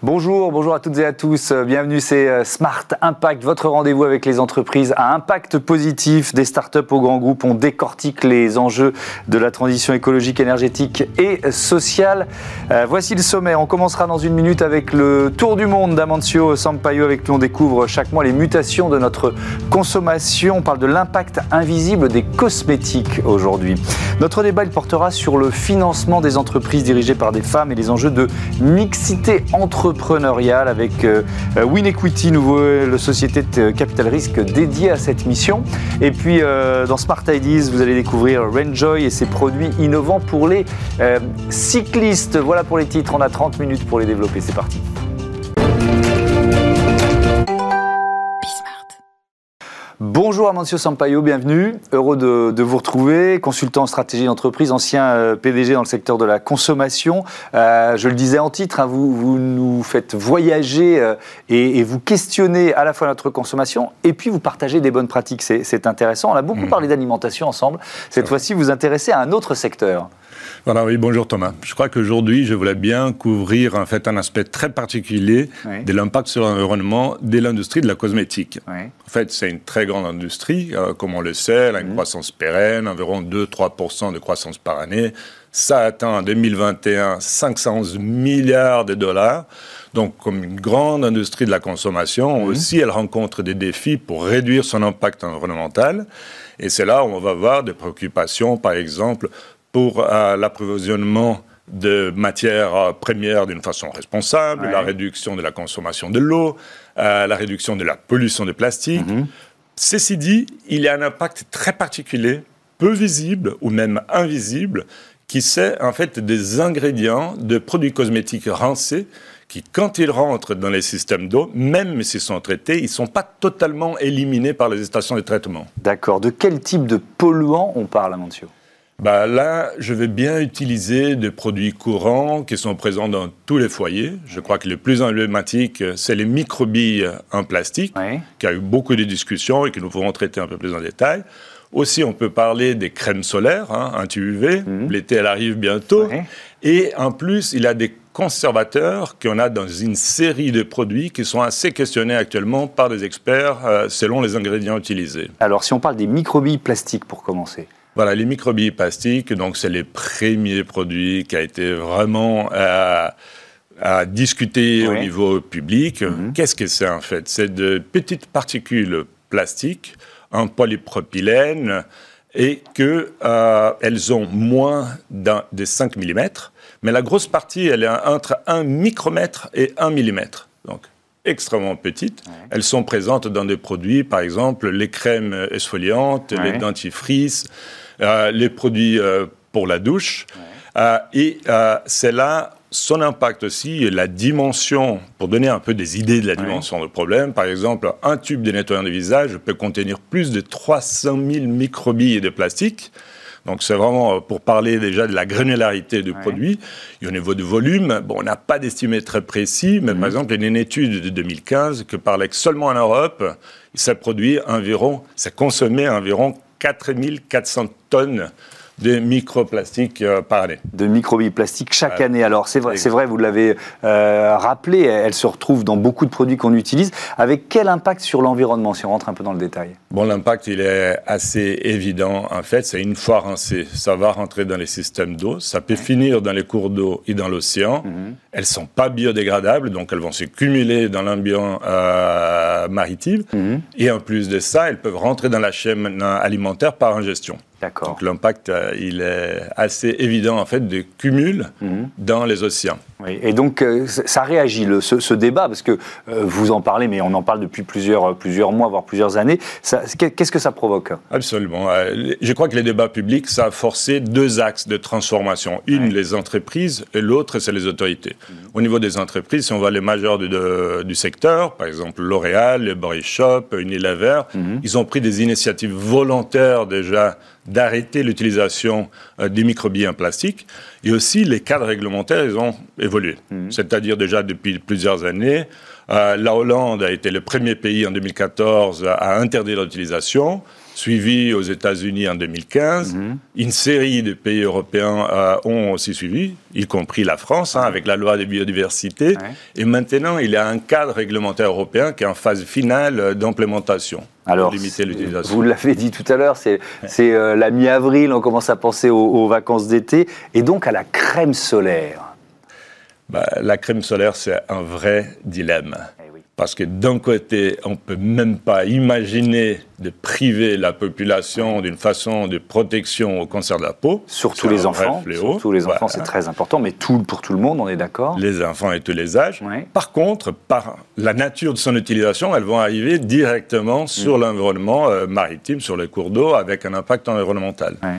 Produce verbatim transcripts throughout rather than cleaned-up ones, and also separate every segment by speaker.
Speaker 1: Bonjour, bonjour à toutes et à tous. Bienvenue, c'est Smart Impact, votre rendez-vous avec les entreprises à impact positif, des startups aux grands groupes. On décortique les enjeux de la transition écologique, énergétique et sociale. Euh, voici le sommaire. On commencera dans une minute avec le tour du monde d'Amancio Sampaio, avec qui on découvre chaque mois les mutations de notre consommation. On parle de l'impact invisible des cosmétiques aujourd'hui. Notre débat, il portera sur le financement des entreprises dirigées par des femmes et les enjeux de mixité entrepreneuriale avec euh, WinEquity, nouvelle société de capital risque dédiée à cette mission. Et puis euh, dans Smart Ideas, vous allez découvrir Renjoy et ses produits innovants pour les euh, cyclistes. Voilà pour les titres, on a trente minutes pour les développer, c'est parti. Bonjour Amancio Sampaio, bienvenue. Heureux de, de vous retrouver, consultant en stratégie d'entreprise, ancien euh, P D G dans le secteur de la consommation. Euh, je le disais en titre, hein, vous, vous nous faites voyager euh, et, et vous questionnez à la fois notre consommation et puis vous partagez des bonnes pratiques. C'est, c'est intéressant. On a beaucoup mmh. parlé d'alimentation ensemble. Cette fois-ci, vous vous intéressez à un autre secteur.
Speaker 2: Voilà, oui, bonjour Thomas. Je crois qu'aujourd'hui, je voulais bien couvrir en fait un aspect très particulier oui. de l'impact sur l'environnement de l'industrie de la cosmétique. Oui. En fait, c'est une très grande industrie, euh, comme on le sait, elle a une mmh. croissance pérenne, environ deux à trois pour cent de croissance par année. Ça atteint en deux mille vingt et un cinq cent onze milliards de dollars. Donc, comme une grande industrie de la consommation, mmh. aussi, elle rencontre des défis pour réduire son impact environnemental. Et c'est là où on va voir des préoccupations, par exemple, pour euh, l'approvisionnement de matières euh, premières d'une façon responsable, ouais. la réduction de la consommation de l'eau, euh, la réduction de la pollution de plastique. Mm-hmm. Ceci dit, il y a un impact très particulier, peu visible ou même invisible, qui c'est en fait des ingrédients de produits cosmétiques rincés qui, quand ils rentrent dans les systèmes d'eau, même s'ils sont traités, ils ne sont pas totalement éliminés par les stations de traitement.
Speaker 1: D'accord. De quel type de polluants on parle, Amancio ?
Speaker 2: Bah là, je vais bien utiliser des produits courants qui sont présents dans tous les foyers. Je crois que le plus emblématique, c'est les microbilles en plastique, oui. qui a eu beaucoup de discussions et que nous pourrons traiter un peu plus en détail. Aussi, on peut parler des crèmes solaires, hein, anti-U V. Mmh. L'été, elle arrive bientôt. Oui. Et en plus, il y a des conservateurs qu'on a dans une série de produits qui sont assez questionnés actuellement par des experts euh, selon les ingrédients utilisés.
Speaker 1: Alors, si on parle des microbilles plastiques pour commencer.
Speaker 2: Voilà, les microbilles plastiques, donc c'est les premiers produits qui a été vraiment euh, à discuter oui. au niveau public. Mm-hmm. Qu'est-ce que c'est en fait ? C'est de petites particules plastiques en polypropylène et qu'elles euh, ont moins d'un, de cinq millimètres, mais la grosse partie, elle est entre un micromètre et un millimètre. Donc, extrêmement petites. Ouais. Elles sont présentes dans des produits, par exemple, les crèmes exfoliantes, ouais. les dentifrices, euh, les produits euh, pour la douche. Ouais. Euh, et euh, c'est là son impact aussi, la dimension, pour donner un peu des idées de la dimension ouais. du problème. Par exemple, un tube de nettoyant de visage peut contenir plus de trois cent mille microbilles de plastique. Donc, c'est vraiment pour parler déjà de la granularité du ouais. produit. Et au niveau du volume, bon, on n'a pas d'estimé très précis, mais mmh. par exemple, il y a une étude de deux mille quinze qui parlait que seulement en Europe, ça produit environ, ça consommait environ quatre mille quatre cents tonnes de microplastiques euh, par année.
Speaker 1: De microbilles plastiques chaque ouais. année. Alors, c'est vrai, c'est vrai, vous l'avez euh, rappelé, elles se retrouvent dans beaucoup de produits qu'on utilise. Avec quel impact sur l'environnement, si on rentre un peu dans le détail ?
Speaker 2: Bon, l'impact, il est assez évident. En fait, c'est une fois rincé, ça va rentrer dans les systèmes d'eau, ça peut ouais. finir dans les cours d'eau et dans l'océan. Mm-hmm. Elles ne sont pas biodégradables, donc elles vont se cumuler dans l'ambiance euh, maritime. Mm-hmm. Et en plus de ça, elles peuvent rentrer dans la chaîne alimentaire par ingestion.
Speaker 1: D'accord.
Speaker 2: Donc l'impact, euh, il est assez évident en fait de cumul mmh. dans les océans.
Speaker 1: Oui. Et donc euh, ça réagit le, ce, ce débat parce que euh, vous en parlez, mais on en parle depuis plusieurs plusieurs mois, voire plusieurs années. Ça, qu'est-ce que ça provoque ?
Speaker 2: Absolument. Euh, je crois que les débats publics, ça a forcé deux axes de transformation. Une, ouais. les entreprises, et l'autre, c'est les autorités. Mmh. Au niveau des entreprises, si on voit les majors du, de, du secteur, par exemple L'Oréal, le Body Shop, Unilever, mmh. ils ont pris des initiatives volontaires déjà d'arrêter l'utilisation euh, des microbilles en plastique. Et aussi, les cadres réglementaires, ils ont évolué. Mmh. C'est-à-dire déjà depuis plusieurs années, euh, la Hollande a été le premier pays en deux mille quatorze à interdire l'utilisation. suivi aux États-Unis en deux mille quinze. Mmh. Une série de pays européens euh, ont aussi suivi, y compris la France, hein, avec la loi de biodiversité. Ouais. Et maintenant, il y a un cadre réglementaire européen qui est en phase finale d'implémentation.
Speaker 1: Alors, pour limiter l'utilisation. Vous l'avez dit tout à l'heure, c'est, c'est euh, la mi-avril, on commence à penser aux, aux vacances d'été, et donc à la crème solaire.
Speaker 2: Bah, la crème solaire, c'est un vrai dilemme. Parce que d'un côté, on ne peut même pas imaginer de priver la population d'une façon de protection au cancer de la peau.
Speaker 1: Surtout les enfants. Surtout les enfants, voilà. C'est très important, mais tout, pour tout le monde, on est d'accord.
Speaker 2: Les enfants et tous les âges. Ouais. Par contre, par la nature de son utilisation, elles vont arriver directement sur mmh. l'environnement euh, maritime, sur les cours d'eau, avec un impact environnemental. Ouais.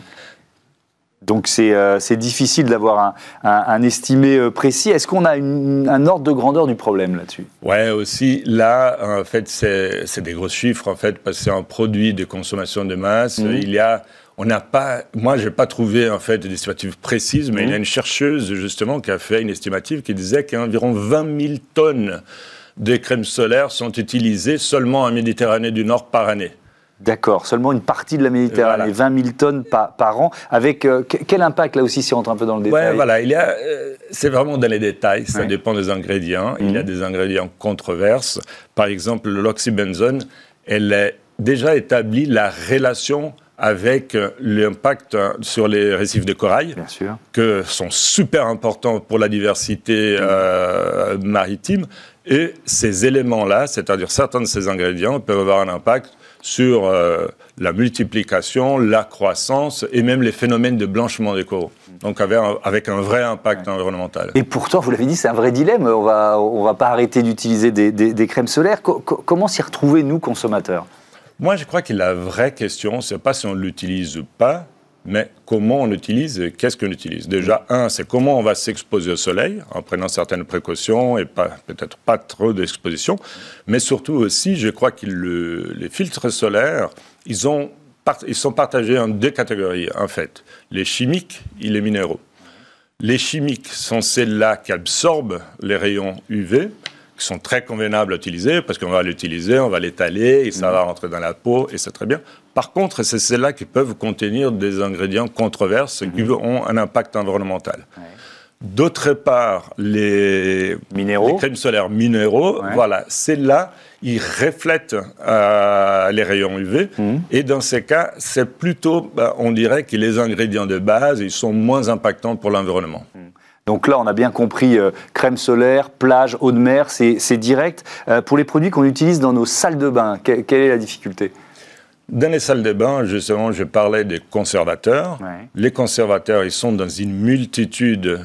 Speaker 1: Donc c'est, euh, c'est difficile d'avoir un, un, un estimé euh, précis. Est-ce qu'on a une, un ordre de grandeur du problème là-dessus ?
Speaker 2: Ouais, aussi là, en fait, c'est, c'est des gros chiffres en fait, parce que c'est un produit de consommation de masse. Mmh. Il y a, on n'a pas, moi, j'ai pas trouvé en fait d'estimative précise, mais mmh. il y a une chercheuse justement qui a fait une estimative qui disait qu'environ vingt mille tonnes de crèmes solaires sont utilisées seulement en Méditerranée du Nord par année.
Speaker 1: D'accord, seulement une partie de la Méditerranée, voilà. vingt mille tonnes par, par an, avec euh, quel impact là aussi si on rentre un peu dans le détail ?
Speaker 2: Ouais, voilà, il y a, euh, c'est vraiment dans les détails, ça ouais. dépend des ingrédients. Mmh. Il y a des ingrédients controverses. Par exemple, l'oxybenzone, elle a déjà établi la relation avec l'impact sur les récifs de corail,
Speaker 1: Bien sûr.
Speaker 2: que sont super importants pour la diversité mmh. euh, maritime. Et ces éléments-là, c'est-à-dire certains de ces ingrédients, peuvent avoir un impact sur euh, la multiplication, la croissance et même les phénomènes de blanchiment des coraux. Donc avec un, avec un vrai impact ouais. environnemental.
Speaker 1: Et pourtant, vous l'avez dit, c'est un vrai dilemme. On va, on va pas arrêter d'utiliser des, des, des crèmes solaires. Co- comment s'y retrouver, nous, consommateurs ?
Speaker 2: Moi, je crois que la vraie question, c'est pas si on l'utilise ou pas, mais comment on l'utilise et qu'est-ce qu'on utilise. Déjà, un, c'est comment on va s'exposer au soleil, en prenant certaines précautions et pas, peut-être pas trop d'exposition. Mais surtout aussi, je crois que le, les filtres solaires, ils, ont, ils sont partagés en deux catégories, en fait. Les chimiques et les minéraux. Les chimiques sont celles-là qui absorbent les rayons U V, qui sont très convenables à utiliser, parce qu'on va l'utiliser, on va l'étaler, et ça va rentrer dans la peau, et c'est très bien. Par contre, c'est celles-là qui peuvent contenir des ingrédients controverses mmh. qui ont un impact environnemental. Ouais. D'autre part, les,
Speaker 1: minéraux.
Speaker 2: les crèmes solaires minéraux, ouais. voilà, celles-là, ils reflètent euh, les rayons U V, mmh. et dans ces cas, c'est plutôt, bah, on dirait que les ingrédients de base, ils sont moins impactants pour l'environnement. Mmh.
Speaker 1: Donc là, on a bien compris, euh, crème solaire, plage, eau de mer, c'est, c'est direct. Euh, pour les produits qu'on utilise dans nos salles de bain, que, quelle est la difficulté ?
Speaker 2: Dans les salles de bain, justement, je parlais des conservateurs. Ouais. Les conservateurs, ils sont dans une multitude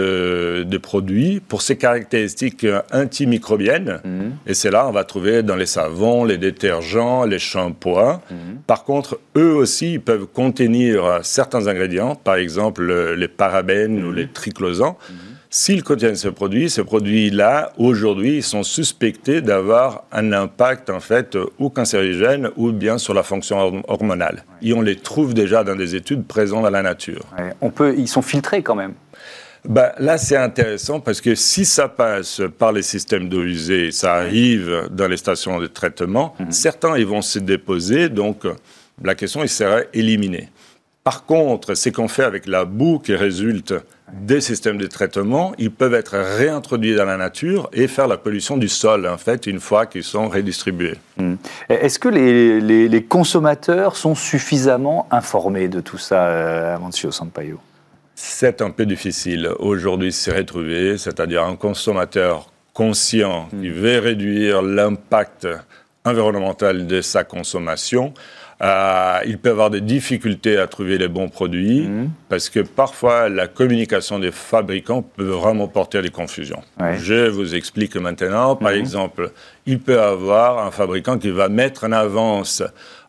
Speaker 2: de, de produits pour ces caractéristiques antimicrobiennes. Mmh. Et c'est là, on va trouver dans les savons, les détergents, les shampoings. Mmh. Par contre, eux aussi, ils peuvent contenir certains ingrédients, par exemple les parabènes mmh. ou les triclosans. Mmh. S'ils contiennent ces produits, ces produits-là, aujourd'hui, ils sont suspectés d'avoir un impact, en fait, ou cancérigène, ou bien sur la fonction hormonale. Ouais. Et on les trouve déjà dans des études présentes dans la nature.
Speaker 1: Ouais. On peut, ils sont filtrés quand même.
Speaker 2: Ben, là, c'est intéressant parce que si ça passe par les systèmes d'eau usée, ça arrive dans les stations de traitement, mmh. certains, ils vont se déposer, donc la question, il serait éliminée. Par contre, ce qu'on fait avec la boue qui résulte des systèmes de traitement, ils peuvent être réintroduits dans la nature et faire la pollution du sol, en fait, une fois qu'ils sont redistribués.
Speaker 1: Mmh. Est-ce que les, les, les consommateurs sont suffisamment informés de tout ça, euh, Amancio Sampaio ?
Speaker 2: C'est un peu difficile aujourd'hui de s'y retrouver, c'est-à-dire un consommateur conscient mmh. qui veut réduire l'impact environnemental de sa consommation. Euh, il peut avoir des difficultés à trouver les bons produits mmh. parce que parfois la communication des fabricants peut vraiment porter à des confusions. Ouais. Je vous explique maintenant. Par mmh. exemple, il peut avoir un fabricant qui va mettre en avance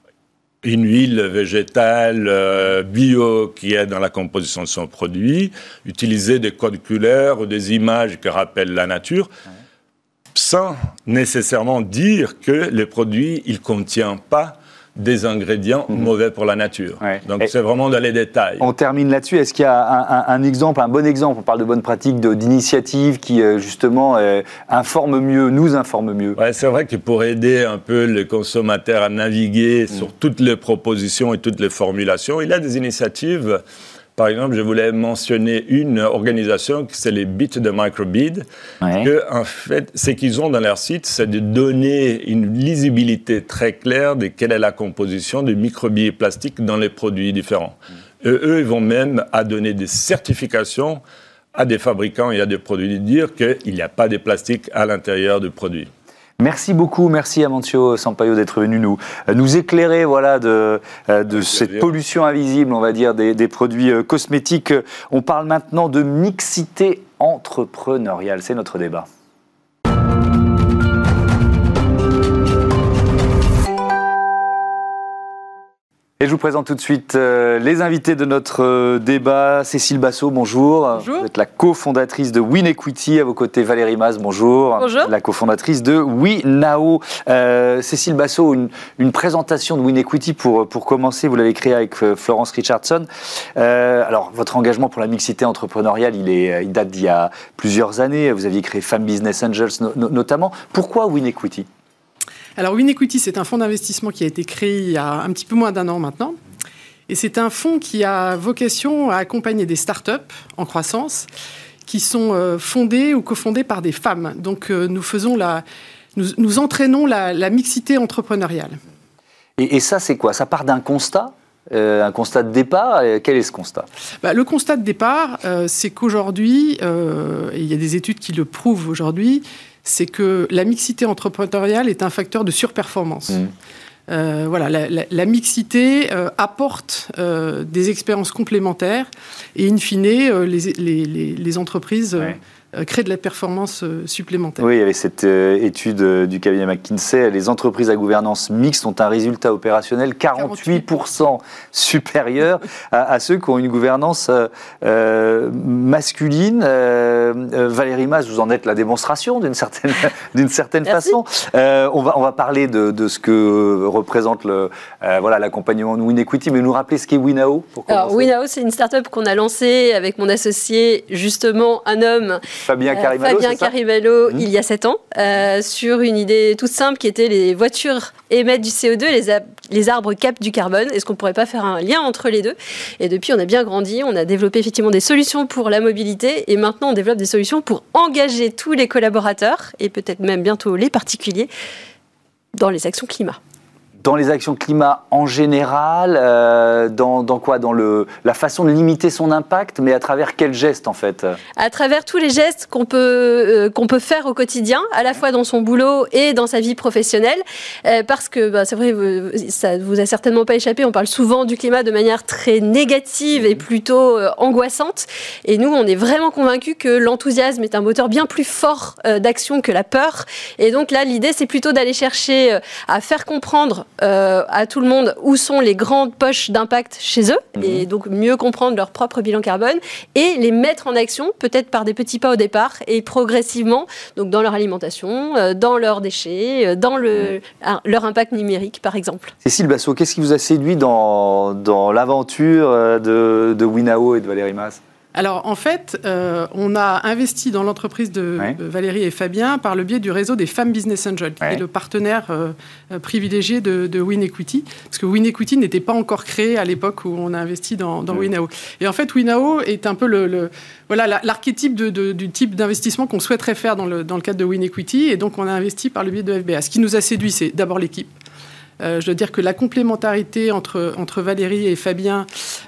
Speaker 2: une huile végétale euh, bio qui est dans la composition de son produit, utiliser des codes couleurs ou des images qui rappellent la nature, ouais. sans nécessairement dire que le produit il contient pas des ingrédients mmh. mauvais pour la nature. Ouais. Donc, et c'est vraiment dans les détails.
Speaker 1: On termine là-dessus. Est-ce qu'il y a un, un, un exemple, un bon exemple, on parle de bonnes pratiques, de, d'initiatives qui, euh, justement, euh, informent mieux, nous informent mieux?
Speaker 2: Ouais, c'est vrai que pour aider un peu le consommateur à naviguer mmh. sur toutes les propositions et toutes les formulations, il y a des initiatives. Par exemple, je voulais mentionner une organisation, c'est les Bits de Microbead, ouais. que, en fait, ce qu'ils ont dans leur site, c'est de donner une lisibilité très claire de quelle est la composition des microbilles plastiques dans les produits différents. Mmh. Et eux, ils vont même à donner des certifications à des fabricants et à des produits, de dire qu'il n'y a pas de plastique à l'intérieur du produit.
Speaker 1: Merci beaucoup, merci Amancio Sampaio d'être venu nous, nous éclairer voilà, de, de cette pollution invisible, on va dire, des, des produits cosmétiques. On parle maintenant de mixité entrepreneuriale, c'est notre débat. Et je vous présente tout de suite euh, les invités de notre euh, débat. Cécile Basso, bonjour.
Speaker 3: Bonjour.
Speaker 1: Vous êtes la cofondatrice de WinEquity. À vos côtés, Valérie Maz, bonjour.
Speaker 3: Bonjour.
Speaker 1: La cofondatrice de WeNao. Euh, Cécile Basso, une, une présentation de WinEquity pour, pour commencer. Vous l'avez créée avec euh, Florence Richardson. Euh, alors, votre engagement pour la mixité entrepreneuriale, il, est, il date d'il y a plusieurs années. Vous aviez créé Femmes Business Angels no, no, notamment. Pourquoi WinEquity ?
Speaker 3: Alors, WinEquity, c'est un fonds d'investissement qui a été créé il y a un petit peu moins d'un an maintenant. Et c'est un fonds qui a vocation à accompagner des startups en croissance qui sont fondées ou cofondées par des femmes. Donc, nous faisons la, nous, nous entraînons la, la mixité entrepreneuriale.
Speaker 1: Et, et ça, c'est quoi ? Ça part d'un constat ? Euh, un constat de départ, quel est ce constat ?
Speaker 3: bah, Le constat de départ, euh, c'est qu'aujourd'hui, euh, et il y a des études qui le prouvent aujourd'hui, c'est que la mixité entrepreneuriale est un facteur de surperformance. Mmh. Euh, voilà, la, la, la mixité euh, apporte euh, des expériences complémentaires et, in fine, euh, les, les, les, les entreprises... Ouais. Euh, créer de la performance euh, supplémentaire.
Speaker 1: Oui, il y avait cette euh, étude euh, du cabinet McKinsey. Les entreprises à gouvernance mixte ont un résultat opérationnel quarante-huit pour cent supérieur à, à ceux qui ont une gouvernance euh, euh, masculine. Euh, euh, Valérie Maz, vous en êtes la démonstration d'une certaine, d'une certaine façon. Euh, on, va, on va parler de, de ce que représente le, euh, voilà, l'accompagnement de WinEquity, mais nous rappeler ce qu'est WeNao pour commencer.
Speaker 4: Alors, WeNao, c'est une start-up qu'on a lancée avec mon associé, justement, un homme...
Speaker 1: Fabien Carivalo,
Speaker 4: euh, Fabien Carivalo, mmh. il y a sept ans, euh, sur une idée toute simple qui était les voitures émettent du C O deux, les, a- les arbres captent du carbone. Est-ce qu'on ne pourrait pas faire un lien entre les deux ? Et depuis, on a bien grandi, on a développé effectivement des solutions pour la mobilité et maintenant, on développe des solutions pour engager tous les collaborateurs et peut-être même bientôt les particuliers dans les actions climat.
Speaker 1: Dans les actions climat en général, euh, dans, dans quoi ? Dans le, la façon de limiter son impact, mais à travers quels gestes en fait ?
Speaker 4: À travers tous les gestes qu'on peut, euh, qu'on peut faire au quotidien, à la fois dans son boulot et dans sa vie professionnelle. Euh, parce que, bah, c'est vrai, vous, ça ne vous a certainement pas échappé, on parle souvent du climat de manière très négative et plutôt euh, angoissante. Et nous, on est vraiment convaincus que l'enthousiasme est un moteur bien plus fort euh, d'action que la peur. Et donc là, l'idée, c'est plutôt d'aller chercher euh, à faire comprendre Euh, à tout le monde où sont les grandes poches d'impact chez eux mmh. et donc mieux comprendre leur propre bilan carbone et les mettre en action peut-être par des petits pas au départ et progressivement donc dans leur alimentation, euh, dans leurs déchets, euh, dans le, mmh. leur impact numérique par exemple.
Speaker 1: Cécile Basso, qu'est-ce qui vous a séduit dans, dans l'aventure de, de WeNao et de Valérie Maz ?
Speaker 3: Alors, en fait, euh, on a investi dans l'entreprise de ouais. Valérie et Fabien par le biais du réseau des Femmes Business Angels, qui ouais. est le partenaire euh, privilégié de, de WinEquity, parce que WinEquity n'était pas encore créé à l'époque où on a investi dans, dans ouais. WeNao. Et en fait, WeNao est un peu le, le, voilà, l'archétype de, de, du type d'investissement qu'on souhaiterait faire dans le, dans le cadre de WinEquity, et donc on a investi par le biais de F B A. Ce qui nous a séduit, c'est d'abord l'équipe. Euh, je dois dire que la complémentarité entre, entre Valérie et Fabien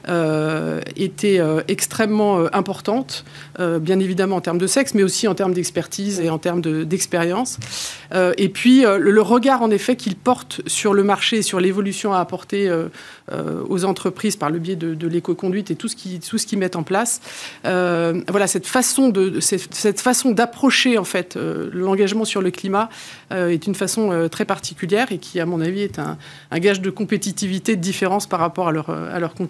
Speaker 3: euh, était euh, extrêmement euh, importante, euh, bien évidemment en termes de sexe, mais aussi en termes d'expertise et en termes de, d'expérience. Euh, et puis, euh, le, le regard, en effet, qu'ils portent sur le marché et sur l'évolution à apporter euh, euh, aux entreprises par le biais de, de l'éco-conduite et tout ce qu'ils tout ce qu'ils mettent en place. Euh, voilà, cette façon, de, cette, cette façon d'approcher, en fait, euh, l'engagement sur le climat euh, est une façon euh, très particulière et qui, à mon avis, est un, un gage de compétitivité, de différence par rapport à, leur, à leurs concurrents.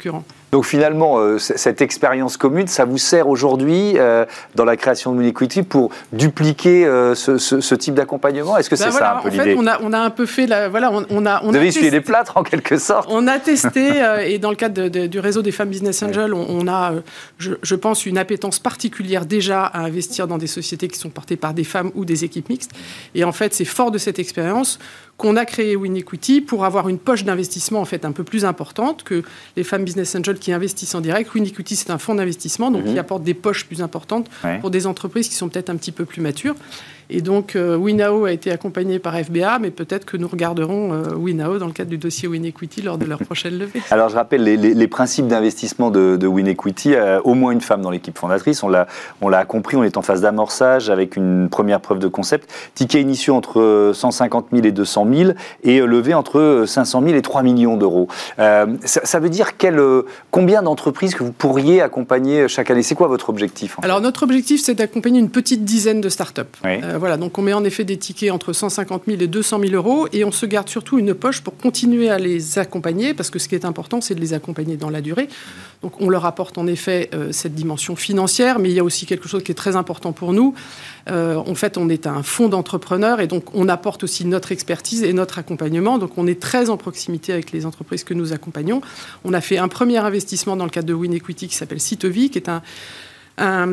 Speaker 1: Donc finalement, euh, c- cette expérience commune, ça vous sert aujourd'hui euh, dans la création de WinEquity pour dupliquer euh, ce, ce, ce type d'accompagnement? Est-ce que
Speaker 3: Ben
Speaker 1: c'est
Speaker 3: voilà,
Speaker 1: ça un peu
Speaker 3: en
Speaker 1: l'idée?
Speaker 3: fait, on a, on a un peu fait, la, voilà, on, on a, on
Speaker 1: Vous
Speaker 3: a
Speaker 1: avez
Speaker 3: testé,
Speaker 1: essuyé les plâtres en quelque sorte.
Speaker 3: On a testé, euh, et dans le cadre de, de, du réseau des femmes Business Angels, on, on a, euh, je, je pense, une appétence particulière déjà à investir dans des sociétés qui sont portées par des femmes ou des équipes mixtes. Et en fait, c'est fort de cette expérience qu'on a créé WinEquity pour avoir une poche d'investissement en fait un peu plus importante que les femmes Business Angels qui investissent en direct. WinEquity, c'est un fonds d'investissement, donc mmh. qui apporte des poches plus importantes ouais. pour des entreprises qui sont peut-être un petit peu plus matures. Et donc, euh, Winao a été accompagné par F B A, mais peut-être que nous regarderons euh, Winao dans le cadre du dossier WinEquity lors de leur prochaine levée.
Speaker 1: Alors, je rappelle les, les, les principes d'investissement de, de WinEquity. Euh, au moins une femme dans l'équipe fondatrice. On l'a, on l'a compris, on est en phase d'amorçage avec une première preuve de concept. Tickets initiaux entre cent cinquante mille et deux cent mille et levé entre cinq cent mille et trois millions d'euros. Euh, ça, ça veut dire quel, euh, combien d'entreprises que vous pourriez accompagner chaque année? C'est quoi votre objectif en fait?
Speaker 3: Alors, notre objectif, c'est d'accompagner une petite dizaine de startups. Oui. Euh, voilà, donc on met en effet des tickets entre cent cinquante mille et deux cent mille euros et on se garde surtout une poche pour continuer à les accompagner parce que ce qui est important, c'est de les accompagner dans la durée. Donc on leur apporte en effet euh, cette dimension financière, mais il y a aussi quelque chose qui est très important pour nous. Euh, en fait, on est un fonds d'entrepreneurs et donc on apporte aussi notre expertise et notre accompagnement. Donc on est très en proximité avec les entreprises que nous accompagnons. On a fait un premier investissement dans le cadre de WinEquity qui s'appelle Citovi, qui est un Un,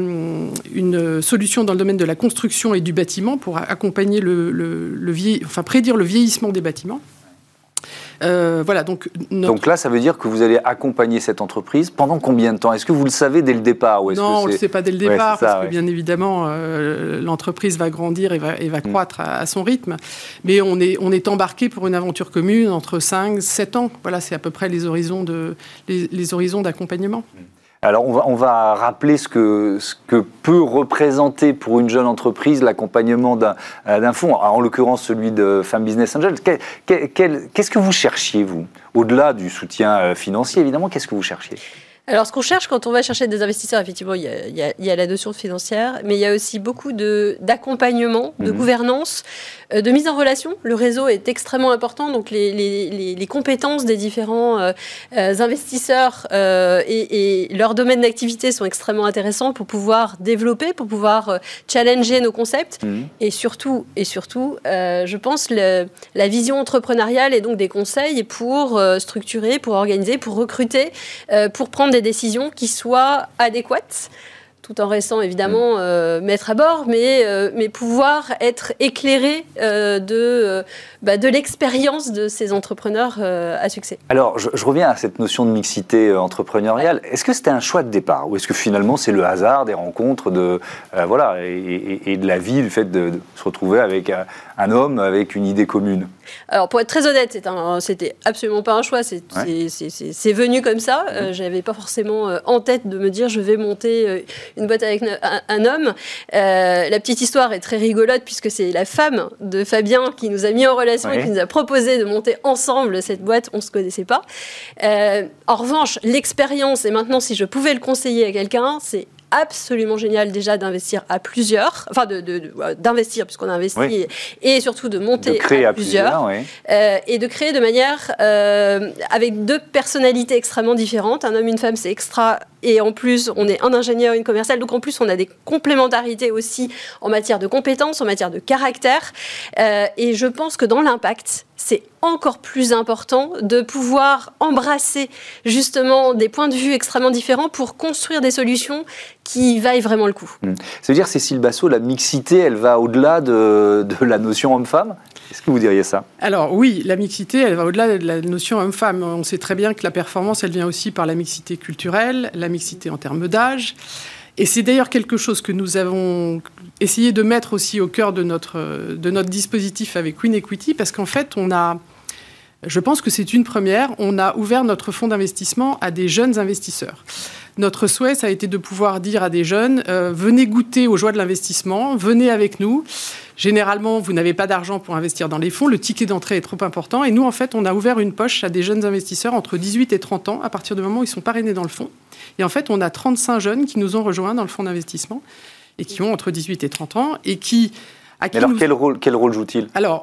Speaker 3: une solution dans le domaine de la construction et du bâtiment pour accompagner le, le, le vieil, enfin prédire le vieillissement des bâtiments. Euh, voilà, donc, notre...
Speaker 1: donc là, ça veut dire que vous allez accompagner cette entreprise pendant combien de temps? Est-ce que vous le savez dès le départ ou est-ce
Speaker 3: Non,
Speaker 1: que
Speaker 3: on ne le sait pas dès le départ, ouais, ça, parce ouais. que bien évidemment, euh, l'entreprise va grandir et va, et va croître mmh. à, à son rythme. Mais on est, on est embarqué pour une aventure commune entre cinq, sept ans. Voilà, c'est à peu près les horizons, de, les, les horizons d'accompagnement. Mmh.
Speaker 1: Alors, on va, on va rappeler ce que, ce que peut représenter pour une jeune entreprise l'accompagnement d'un, d'un fonds, en l'occurrence celui de Femmes Business Angels. Quel, quel, quel, qu'est-ce que vous cherchiez, vous? Au-delà du soutien financier, évidemment, qu'est-ce que vous cherchiez?
Speaker 4: Alors, ce qu'on cherche quand on va chercher des investisseurs, effectivement, il y a, il y a, il y a la notion financière, mais il y a aussi beaucoup de, d'accompagnement, de mmh. gouvernance, euh, de mise en relation. Le réseau est extrêmement important, donc les, les, les, les compétences des différents euh, investisseurs euh, et, et leur domaine d'activité sont extrêmement intéressants pour pouvoir développer, pour pouvoir euh, challenger nos concepts. Mmh. Et surtout, et surtout euh, je pense, le, la vision entrepreneuriale et donc des conseils pour euh, structurer, pour organiser, pour recruter, euh, pour prendre des des décisions qui soient adéquates, tout en restant évidemment euh, maître à bord, mais, euh, mais pouvoir être éclairé euh, de, euh, bah, de l'expérience de ces entrepreneurs euh, à succès.
Speaker 1: Alors, je, je reviens à cette notion de mixité euh, entrepreneuriale. Ouais. Est-ce que c'était un choix de départ ou est-ce que finalement c'est le hasard des rencontres de, euh, voilà, et, et, et de la vie, le fait de, de se retrouver avec un, un homme avec une idée commune?
Speaker 4: Alors, pour être très honnête, c'est un, c'était absolument pas un choix. C'est, ouais. c'est, c'est, c'est, c'est venu comme ça. Mmh. Euh, j'avais pas forcément euh, en tête de me dire je vais monter euh, une boîte avec un, un homme. Euh, la petite histoire est très rigolote puisque c'est la femme de Fabien qui nous a mis en relation ouais. et qui nous a proposé de monter ensemble cette boîte. On se connaissait pas. Euh, en revanche, l'expérience, et maintenant si je pouvais le conseiller à quelqu'un, c'est absolument génial déjà d'investir à plusieurs, enfin de, de, de, d'investir puisqu'on a investi oui. et, et surtout de monter de créer à, à plusieurs, plusieurs oui. euh, et de créer de manière euh, avec deux personnalités extrêmement différentes. Un homme, une femme, c'est extra. Et en plus, on est un ingénieur, une commerciale. Donc en plus, on a des complémentarités aussi en matière de compétences, en matière de caractère. Euh, et je pense que dans l'impact, c'est encore plus important de pouvoir embrasser justement des points de vue extrêmement différents pour construire des solutions qui vaillent vraiment le coup.
Speaker 1: Mmh. Ça veut dire, Cécile Basso, la mixité, elle va au-delà de, de la notion homme-femme? Est-ce que vous diriez ça?
Speaker 3: Alors oui, la mixité, elle va au-delà de la notion homme-femme. On sait très bien que la performance, elle vient aussi par la mixité culturelle, la mixité en termes d'âge. Et c'est d'ailleurs quelque chose que nous avons essayé de mettre aussi au cœur de notre, de notre dispositif avec WinEquity, parce qu'en fait, on a, je pense que c'est une première, on a ouvert notre fonds d'investissement à des jeunes investisseurs. Notre souhait, ça a été de pouvoir dire à des jeunes, euh, venez goûter aux joies de l'investissement, venez avec nous. Généralement, vous n'avez pas d'argent pour investir dans les fonds, le ticket d'entrée est trop important. Et nous, en fait, on a ouvert une poche à des jeunes investisseurs entre dix-huit et trente ans, à partir du moment où ils sont parrainés dans le fonds. Et en fait, on a trente-cinq jeunes qui nous ont rejoints dans le fonds d'investissement et qui ont entre dix-huit et trente ans et qui... À qui
Speaker 1: alors,
Speaker 3: nous...
Speaker 1: quel rôle, quel rôle joue-t-il?
Speaker 3: Alors,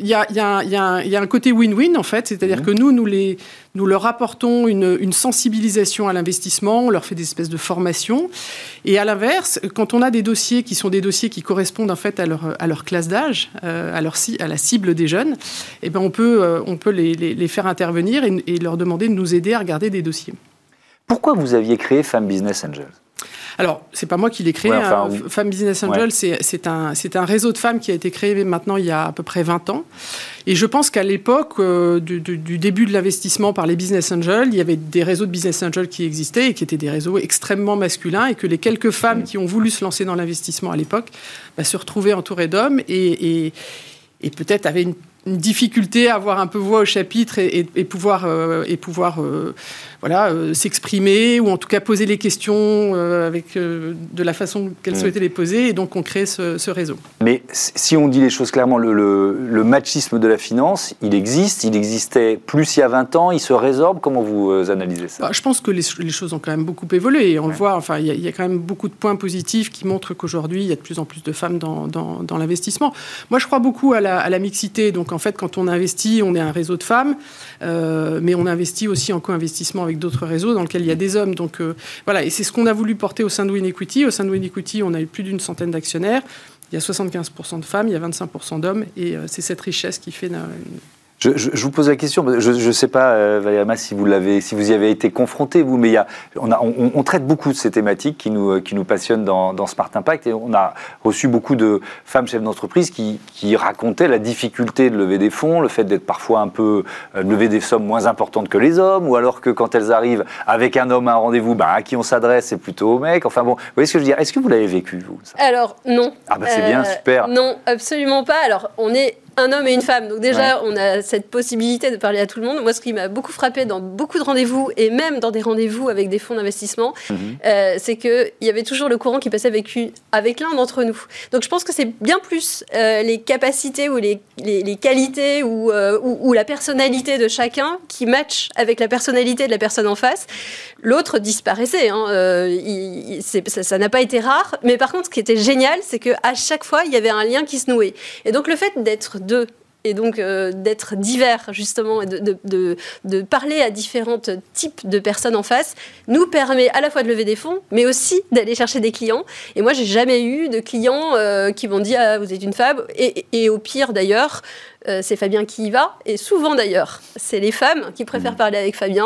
Speaker 3: il y a, y a, y a, y a un côté win-win, en fait. C'est-à-dire mmh. que nous, nous, les, nous leur apportons une, une sensibilisation à l'investissement, on leur fait des espèces de formations. Et à l'inverse, quand on a des dossiers qui sont des dossiers qui correspondent, en fait, à leur, à leur classe d'âge, euh, à, leur, à la cible des jeunes, eh ben, on peut, euh, on peut les, les, les faire intervenir et, et leur demander de nous aider à regarder des dossiers.
Speaker 1: Pourquoi vous aviez créé Femmes Business Angels ?
Speaker 3: Alors, c'est pas moi qui l'ai créé. Ouais, enfin, hein. Femmes Business Angels, ouais. c'est, c'est, un, c'est un réseau de femmes qui a été créé maintenant il y a à peu près vingt ans. Et je pense qu'à l'époque euh, du, du, du début de l'investissement par les Business Angels, il y avait des réseaux de Business Angels qui existaient et qui étaient des réseaux extrêmement masculins et que les quelques femmes mmh. qui ont voulu se lancer dans l'investissement à l'époque bah, se retrouvaient entourées d'hommes et, et, et peut-être avaient une une difficulté à avoir un peu voix au chapitre et, et, et pouvoir, euh, et pouvoir euh, voilà, euh, s'exprimer ou en tout cas poser les questions euh, avec, euh, de la façon qu'elles mmh. souhaitaient les poser. Et donc, on crée ce, ce réseau.
Speaker 1: Mais si on dit les choses clairement, le, le, le machisme de la finance, il existe. Il existait plus il y a vingt ans. Il se résorbe. Comment vous euh, analysez ça ?
Speaker 3: bah, Je pense que les, les choses ont quand même beaucoup évolué. Et on ouais. le voit. Enfin, il y, y a quand même beaucoup de points positifs qui montrent qu'aujourd'hui, il y a de plus en plus de femmes dans, dans, dans l'investissement. Moi, je crois beaucoup à la, à la mixité. Donc, en fait, quand on investit, on est un réseau de femmes, euh, mais on investit aussi en co-investissement avec d'autres réseaux dans lesquels il y a des hommes. Donc euh, voilà, et c'est ce qu'on a voulu porter au sein de WinEquity. Au sein de WinEquity, on a eu plus d'une centaine d'actionnaires. Il y a soixante-quinze pour cent de femmes, il y a vingt-cinq pour cent d'hommes, et euh, c'est cette richesse qui fait... Une...
Speaker 1: Je, je, je vous pose la question, je ne sais pas, euh, Valérie Mas, si vous, l'avez, si vous y avez été confronté, vous, mais il y a, on, a, on, on traite beaucoup de ces thématiques qui nous, qui nous passionnent dans, dans Smart Impact, et on a reçu beaucoup de femmes chefs d'entreprise qui, qui racontaient la difficulté de lever des fonds, le fait d'être parfois un peu, euh, de lever des sommes moins importantes que les hommes, ou alors que quand elles arrivent avec un homme à un rendez-vous, ben, à qui on s'adresse, c'est plutôt au mec. Enfin bon, vous voyez ce que je veux dire ? Est-ce que vous l'avez vécu, vous, ça ?
Speaker 4: Alors, non.
Speaker 1: Ah ben c'est euh, bien, super.
Speaker 4: Non, absolument pas. Alors, on est un homme et une femme. Donc déjà, ouais. on a cette possibilité de parler à tout le monde. Moi, ce qui m'a beaucoup frappé dans beaucoup de rendez-vous, et même dans des rendez-vous avec des fonds d'investissement, mmh. euh, c'est qu'il y avait toujours le courant qui passait avec, une, avec l'un d'entre nous. Donc je pense que c'est bien plus euh, les capacités ou les, les, les qualités ou, euh, ou, ou la personnalité de chacun qui match avec la personnalité de la personne en face. L'autre disparaissait. Hein. Euh, il, il, c'est, ça, ça n'a pas été rare. Mais par contre, ce qui était génial, c'est qu'à chaque fois, il y avait un lien qui se nouait. Et donc le fait d'être deux, et donc euh, d'être divers, justement, et de, de, de, de parler à différents types de personnes en face, nous permet à la fois de lever des fonds, mais aussi d'aller chercher des clients. Et moi, j'ai jamais eu de clients euh, qui m'ont dit « Ah, vous êtes une femme ». Et, et au pire, d'ailleurs, euh, c'est Fabien qui y va. Et souvent, d'ailleurs, c'est les femmes qui préfèrent parler avec Fabien,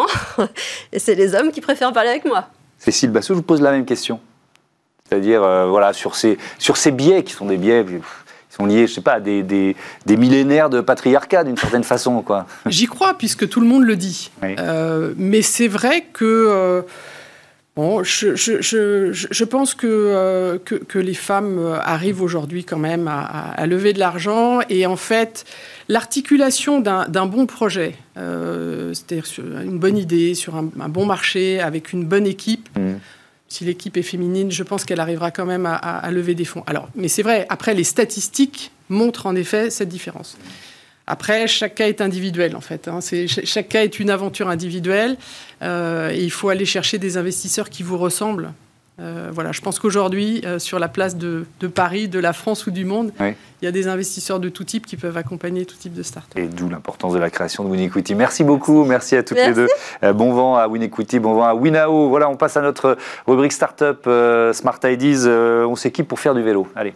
Speaker 4: et c'est les hommes qui préfèrent parler avec moi.
Speaker 1: Cécile Bassou, je vous pose la même question. C'est-à-dire, euh, voilà, sur ces, sur ces biais qui sont des biais... sont liés, je ne sais pas, à des, des, des millénaires de patriarcat, d'une certaine façon, quoi.
Speaker 3: J'y crois, puisque tout le monde le dit. Oui. Euh, mais c'est vrai que... Euh, bon, je, je, je, je pense que, euh, que, que les femmes arrivent aujourd'hui quand même à, à, à lever de l'argent. Et en fait, l'articulation d'un, d'un bon projet, euh, c'est-à-dire sur une bonne idée, sur un, un bon marché, avec une bonne équipe... Mmh. Si l'équipe est féminine, je pense qu'elle arrivera quand même à, à, à lever des fonds. Alors, mais c'est vrai, après, les statistiques montrent en effet cette différence. Après, chaque cas est individuel, en fait. Hein. C'est, chaque cas est une aventure individuelle. Euh, et il faut aller chercher des investisseurs qui vous ressemblent. Euh, voilà, je pense qu'aujourd'hui, euh, sur la place de, de Paris, de la France ou du monde, oui. il y a des investisseurs de tout type qui peuvent accompagner tout type de start-up.
Speaker 1: Et d'où l'importance de la création de WinEquity. Merci beaucoup, merci à toutes merci. les deux. Euh, bon vent à WinEquity, bon vent à Winao. Voilà, on passe à notre rubrique start-up euh, Smart Ideas. Euh, on s'équipe pour faire du vélo. Allez.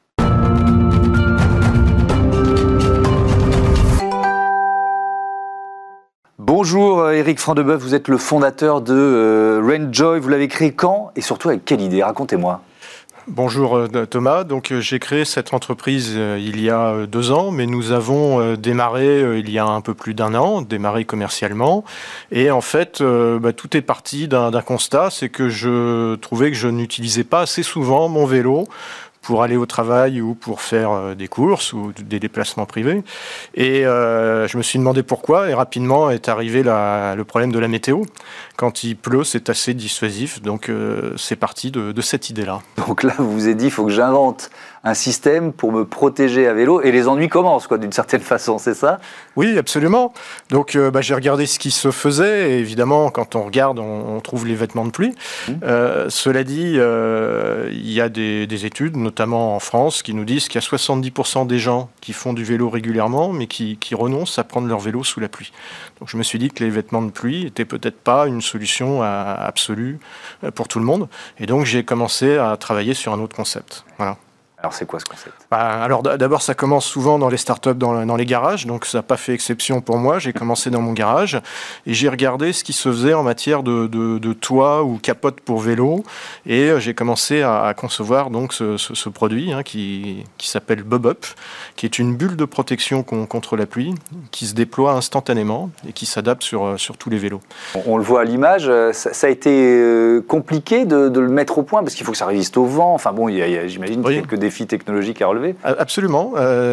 Speaker 1: Bonjour Éric Frandebeuf, vous êtes le fondateur de euh, Rainjoy. Vous l'avez créé quand et surtout avec quelle idée ? Racontez-moi.
Speaker 5: Bonjour Thomas, donc j'ai créé cette entreprise euh, il y a euh, deux ans, mais nous avons euh, démarré euh, il y a un peu plus d'un an, démarré commercialement, et en fait euh, bah, tout est parti d'un, d'un constat, c'est que je trouvais que je n'utilisais pas assez souvent mon vélo pour aller au travail ou pour faire euh, des courses ou des déplacements privés. Et euh, je me suis demandé pourquoi, et rapidement est arrivé la, le problème de la météo. quand il pleut, c'est assez dissuasif. Donc euh, c'est parti de, de cette idée-là.
Speaker 1: Donc là, vous vous êtes dit, il faut que j'invente un système pour me protéger à vélo, et les ennuis commencent, quoi, d'une certaine façon, c'est ça?
Speaker 5: Oui, absolument. Donc euh, bah, j'ai regardé ce qui se faisait, et évidemment, quand on regarde, on, on trouve les vêtements de pluie. Mmh. Euh, cela dit, euh, il y a des, des études, notamment en France, qui nous disent qu'il y a soixante-dix pour cent des gens qui font du vélo régulièrement, mais qui, qui renoncent à prendre leur vélo sous la pluie. Donc je me suis dit que les vêtements de pluie n'étaient peut-être pas une solution à, absolue pour tout le monde, et donc j'ai commencé à travailler sur un autre concept. Voilà.
Speaker 1: Alors, c'est quoi ce concept?
Speaker 5: bah, Alors, d'abord, ça commence souvent dans les startups, dans, dans les garages. Donc, ça n'a pas fait exception pour moi. J'ai commencé dans mon garage et j'ai regardé ce qui se faisait en matière de, de, de toit ou capote pour vélo. Et j'ai commencé à, à concevoir donc, ce, ce, ce produit hein, qui, qui s'appelle Bob-Up, qui est une bulle de protection contre la pluie, qui se déploie instantanément et qui s'adapte sur, sur tous les vélos.
Speaker 1: On, on le voit à l'image. Ça, ça a été compliqué de, de le mettre au point parce qu'il faut que ça résiste au vent. Enfin bon, il y a, il y a, j'imagine qu'il y a quelques défis technologiques à relever.
Speaker 5: Absolument.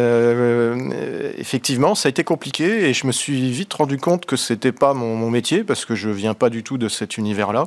Speaker 5: Euh, effectivement, ça a été compliqué et je me suis vite rendu compte que c'était pas mon, mon métier parce que je viens pas du tout de cet univers-là.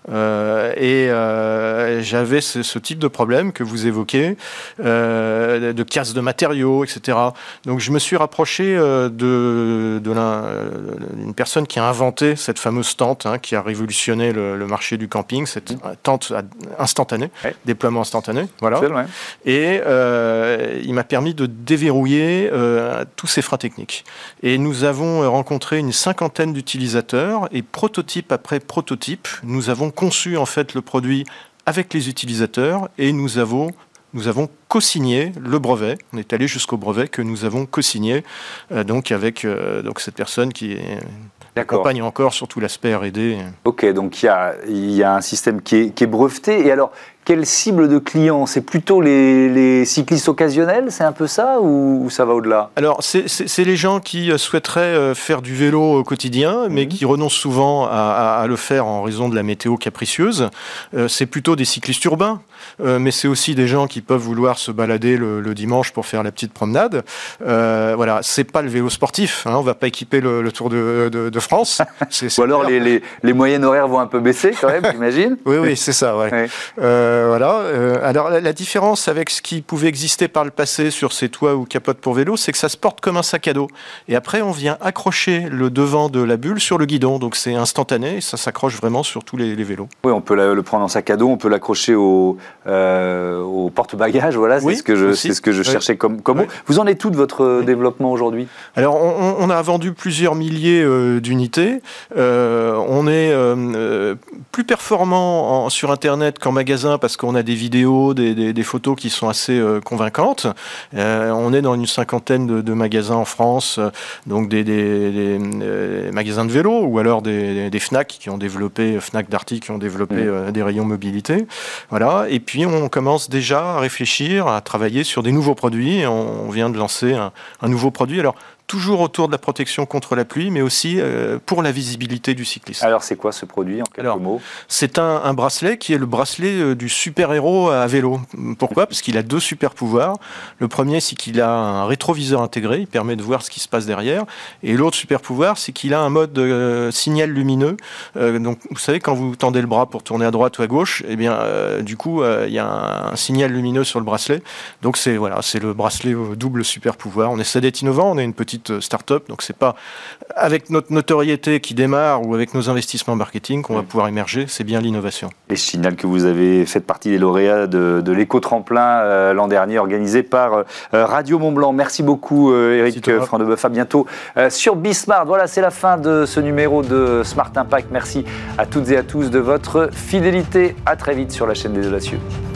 Speaker 5: Euh, et euh, j'avais ce, ce type de problème que vous évoquez, euh, de casse de matériaux, et cetera. Donc je me suis rapproché euh, de, de l'un, d'une personne qui a inventé cette fameuse tente hein, qui a révolutionné le, le marché du camping, cette tente instantanée, ouais. déploiement instantané. Voilà.
Speaker 1: C'est vrai.
Speaker 5: Et euh, il m'a permis de déverrouiller euh, tous ces freins techniques. Et nous avons rencontré une cinquantaine d'utilisateurs et prototype après prototype, nous avons conçu en fait le produit avec les utilisateurs et nous avons Nous avons co-signé le brevet. On est allé jusqu'au brevet que nous avons co-signé euh, donc avec euh, donc cette personne qui est accompagne encore sur tout l'aspect R et D.
Speaker 1: Ok, donc il y a, y a un système qui est, qui est breveté. Et alors, quelle cible de clients? C'est plutôt les, les cyclistes occasionnels, c'est un peu ça, ou, ou ça va au-delà?
Speaker 5: Alors, c'est, c'est, c'est les gens qui souhaiteraient faire du vélo au quotidien, mais mmh. qui renoncent souvent à, à, à le faire en raison de la météo capricieuse. Euh, c'est plutôt des cyclistes urbains, euh, mais c'est aussi des gens qui peuvent vouloir se balader le, le dimanche pour faire la petite promenade. Euh, voilà, c'est pas le vélo sportif, hein, on va pas équiper le, le Tour de, de, de France.
Speaker 1: C'est, c'est ou alors les, les, les moyennes horaires vont un peu baisser quand même, j'imagine.
Speaker 5: Oui, oui, c'est ça, ouais. ouais. Euh, Euh, voilà. Euh, alors la, la différence avec ce qui pouvait exister par le passé sur ces toits ou capotes pour vélo, c'est que ça se porte comme un sac à dos. Et après, on vient accrocher le devant de la bulle sur le guidon. Donc c'est instantané et ça s'accroche vraiment sur tous les, les vélos.
Speaker 1: Oui, on peut la, le prendre en sac à dos, on peut l'accrocher au, euh, au porte-bagages. Voilà, c'est, oui, ce que je, c'est ce que je cherchais oui. comme, comme oui. Vous en êtes tout de votre oui. développement aujourd'hui?
Speaker 5: Alors on, on a vendu plusieurs milliers euh, d'unités. Euh, on est euh, plus performant en, sur Internet qu'en magasin parce qu'on a des vidéos, des, des, des photos qui sont assez euh, convaincantes. Euh, on est dans une cinquantaine de, de magasins en France, euh, donc des, des, des euh, magasins de vélo ou alors des, des, des Fnac qui ont développé, Fnac Darty qui ont développé euh, des rayons mobilité. Voilà. Et puis on commence déjà à réfléchir, à travailler sur des nouveaux produits. Et on, on vient de lancer un, un nouveau produit. Alors, toujours autour de la protection contre la pluie, mais aussi euh, pour la visibilité du cycliste.
Speaker 1: Alors, c'est quoi ce produit, en quelques Alors, mots?
Speaker 5: C'est un, un bracelet qui est le bracelet euh, du super-héros à vélo. Pourquoi? Parce qu'il a deux super-pouvoirs. Le premier, c'est qu'il a un rétroviseur intégré, il permet de voir ce qui se passe derrière. Et l'autre super-pouvoir, c'est qu'il a un mode euh, signal lumineux. Euh, donc, vous savez, quand vous tendez le bras pour tourner à droite ou à gauche, eh bien, euh, du coup, euh, il y a un, un signal lumineux sur le bracelet. Donc, c'est, voilà, c'est le bracelet au double super-pouvoir. On essaie d'être innovant, on est une petite start-up, donc c'est pas avec notre notoriété qui démarre ou avec nos investissements marketing qu'on oui. va pouvoir émerger, c'est bien l'innovation.
Speaker 1: Et je signale que vous avez fait partie des lauréats de, de l'éco-tremplin euh, l'an dernier, organisé par euh, Radio Mont-Blanc. Merci beaucoup euh, Eric Frandeboeuf, à bientôt euh, sur Bismart. Voilà, c'est la fin de ce numéro de Smart Impact. Merci à toutes et à tous de votre fidélité. À très vite sur la chaîne des Audacieux.